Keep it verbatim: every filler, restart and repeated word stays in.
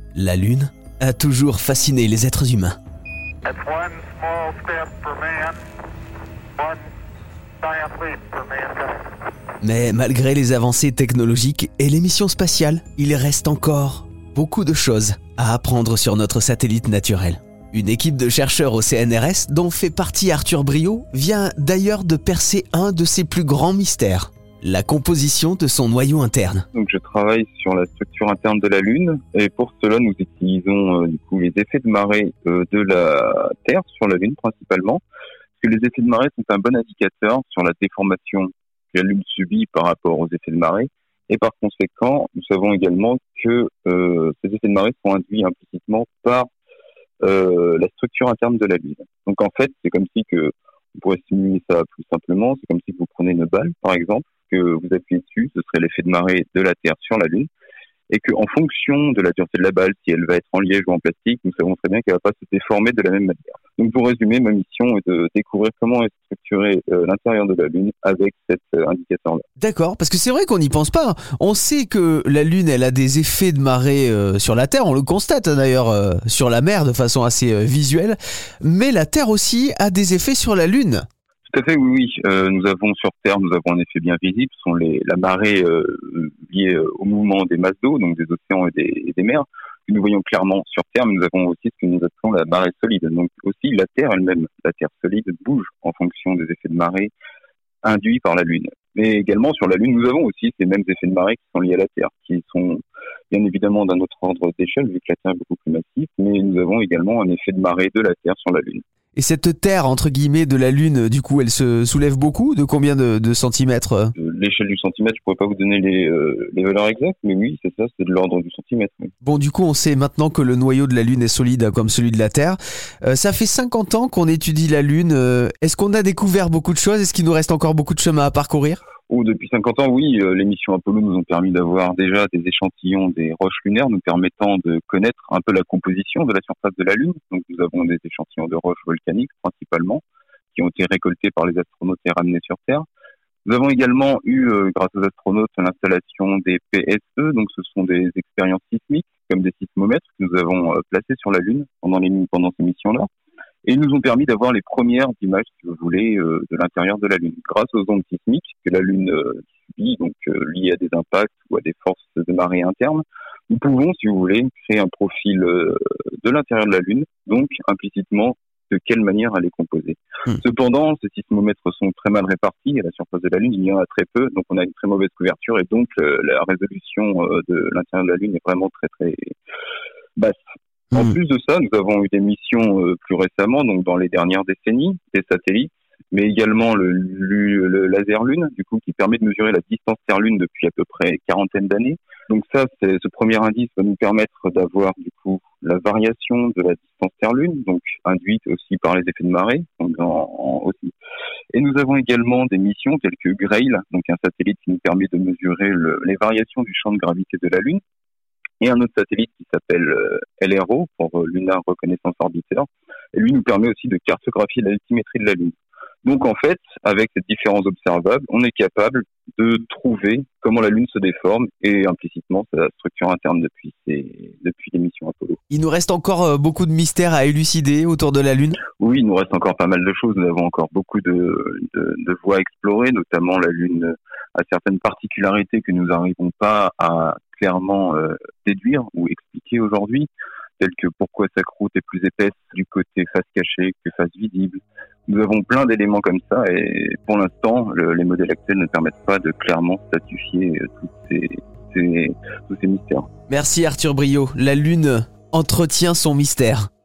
La Lune a toujours fasciné les êtres humains. That's one small step for man, one giant leap for mankind. Mais malgré les avancées technologiques et les missions spatiales, il reste encore beaucoup de choses à apprendre sur notre satellite naturel. Une équipe de chercheurs au C N R S, dont fait partie Arthur Briaud, vient d'ailleurs de percer un de ses plus grands mystères, la composition de son noyau interne. Donc je travaille sur la structure interne de la Lune et pour cela nous utilisons euh, du coup les effets de marée euh, de la Terre sur la Lune principalement, parce que les effets de marée sont un bon indicateur sur la déformation que la Lune subit par rapport aux effets de marée. Et par conséquent, nous savons également que euh, ces effets de marée sont induits implicitement par euh, la structure interne de la Lune. Donc en fait, c'est comme si que, on pourrait simuler ça plus simplement, c'est comme si vous prenez une balle, par exemple, que vous appuyez dessus, ce serait l'effet de marée de la Terre sur la Lune, et qu'en fonction de la dureté de la balle, si elle va être en liège ou en plastique, nous savons très bien qu'elle ne va pas se déformer de la même manière. Donc pour résumer, ma mission est de découvrir comment est structuré euh, l'intérieur de la Lune avec cet euh, indicateur-là. D'accord, parce que c'est vrai qu'on n'y pense pas. On sait que la Lune, elle a des effets de marée euh, sur la Terre, on le constate hein, d'ailleurs euh, sur la mer de façon assez euh, visuelle, mais la Terre aussi a des effets sur la Lune. Tout à fait, oui, oui. Euh, nous avons sur Terre, nous avons un effet bien visible, ce sont les, la marée euh, liée au mouvement des masses d'eau, donc des océans et des, et des mers, que nous voyons clairement sur Terre, mais nous avons aussi ce que nous appelons la marée solide. Donc aussi la Terre elle-même, la Terre solide bouge en fonction des effets de marée induits par la Lune. Mais également sur la Lune, nous avons aussi ces mêmes effets de marée qui sont liés à la Terre, qui sont bien évidemment d'un autre ordre d'échelle, vu que la Terre est beaucoup plus massive, mais nous avons également un effet de marée de la Terre sur la Lune. Et cette terre, entre guillemets, de la Lune, du coup, elle se soulève beaucoup? De combien de, de centimètres? L'échelle du centimètre, je pourrais pas vous donner les, euh, les valeurs exactes, mais oui, c'est ça, c'est de l'ordre du centimètre. Oui. Bon, du coup, on sait maintenant que le noyau de la Lune est solide comme celui de la Terre. Euh, ça fait cinquante ans qu'on étudie la Lune. Euh, est-ce qu'on a découvert beaucoup de choses? Est-ce qu'il nous reste encore beaucoup de chemin à parcourir? Oh, depuis cinquante ans, oui, euh, les missions Apollo nous ont permis d'avoir déjà des échantillons des roches lunaires nous permettant de connaître un peu la composition de la surface de la Lune. Donc nous avons des échantillons de roches volcaniques principalement qui ont été récoltés par les astronautes et ramenés sur Terre. Nous avons également eu, euh, grâce aux astronautes, l'installation des P S E, donc ce sont des expériences sismiques comme des sismomètres que nous avons euh, placés sur la Lune pendant, les, pendant ces missions-là. Et ils nous ont permis d'avoir les premières images, si vous voulez, euh, de l'intérieur de la Lune. Grâce aux ondes sismiques que la Lune euh, subit, donc euh, liées à des impacts ou à des forces de marée internes, nous pouvons, si vous voulez, créer un profil euh, de l'intérieur de la Lune, donc implicitement de quelle manière elle est composée. Mmh. Cependant, ces sismomètres sont très mal répartis à la surface de la Lune, il y en a très peu, donc on a une très mauvaise couverture et donc euh, la résolution euh, de l'intérieur de la Lune est vraiment très très basse. En plus de ça, nous avons eu des missions euh, plus récemment, donc dans les dernières décennies, des satellites, mais également le, le, le laser Lune, du coup, qui permet de mesurer la distance Terre-Lune depuis à peu près quarantaine d'années. Donc ça, c'est, ce premier indice va nous permettre d'avoir du coup la variation de la distance Terre-Lune, donc induite aussi par les effets de marée, donc en, en, aussi. Et nous avons également des missions telles que Grail, donc un satellite qui nous permet de mesurer le, les variations du champ de gravité de la Lune. Et un autre satellite qui s'appelle euh, L R O, pour euh, Lunar Reconnaissance Orbiter. Et lui nous permet aussi de cartographier l'altimétrie de la Lune. Donc en fait, avec ces différents observables, on est capable de trouver comment la Lune se déforme et implicitement sa structure interne depuis, ces, depuis les missions Apollo. Il nous reste encore euh, beaucoup de mystères à élucider autour de la Lune? Oui, il nous reste encore pas mal de choses. Nous avons encore beaucoup de, de, de voies à explorer, notamment la Lune a certaines particularités que nous n'arrivons pas à clairement euh, déduire ou expliquer aujourd'hui, telles que pourquoi sa croûte est plus épaisse du côté face cachée que face visible. Nous avons plein d'éléments comme ça et pour l'instant, le, les modèles actuels ne permettent pas de clairement statifier euh, toutes ces, ces, tous ces mystères. Merci Arthur Briaud. La Lune entretient son mystère.